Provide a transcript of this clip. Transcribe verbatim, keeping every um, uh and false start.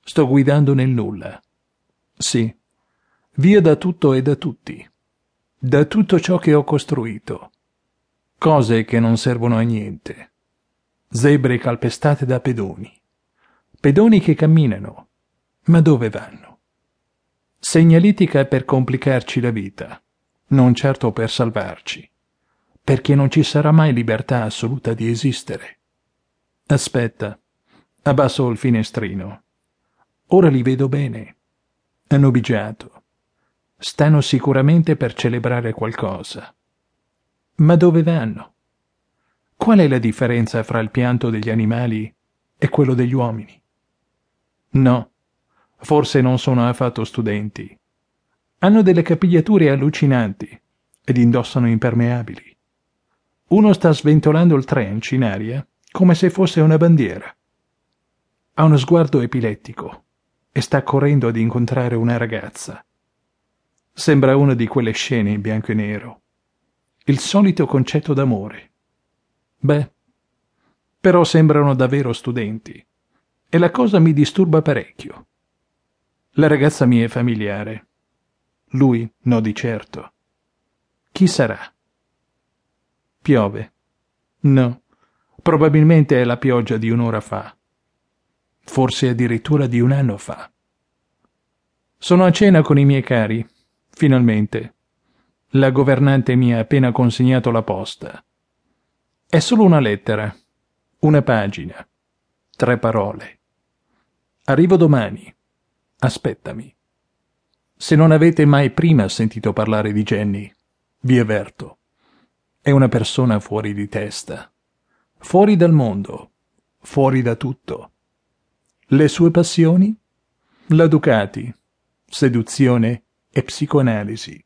Sto guidando nel nulla. Sì, via da tutto e da tutti. Da tutto ciò che ho costruito. Cose che non servono a niente. Zebre calpestate da pedoni. Pedoni che camminano. Ma dove vanno? Segnaletica per complicarci la vita, non certo per salvarci, perché non ci sarà mai libertà assoluta di esistere. Aspetta, abbasso il finestrino. Ora li vedo bene. Hanno bigiato. Stanno sicuramente per celebrare qualcosa. Ma dove vanno? Qual è la differenza fra il pianto degli animali e quello degli uomini? No, forse non sono affatto studenti. Hanno delle capigliature allucinanti ed indossano impermeabili. Uno sta sventolando il trench in aria come se fosse una bandiera. Ha uno sguardo epilettico e sta correndo ad incontrare una ragazza. Sembra una di quelle scene in bianco e nero. Il solito concetto d'amore. Beh, però sembrano davvero studenti e la cosa mi disturba parecchio. La ragazza mi è familiare. Lui no di certo. Chi sarà? Piove. No, probabilmente è la pioggia di un'ora fa. Forse addirittura di un anno fa. Sono a cena con i miei cari, finalmente. La governante mi ha appena consegnato la posta. È solo una lettera, una pagina, tre parole. Arrivo domani. Aspettami. Se non avete mai prima sentito parlare di Jenny, vi avverto. È una persona fuori di testa, fuori dal mondo, fuori da tutto. Le sue passioni? La Ducati, seduzione e psicoanalisi.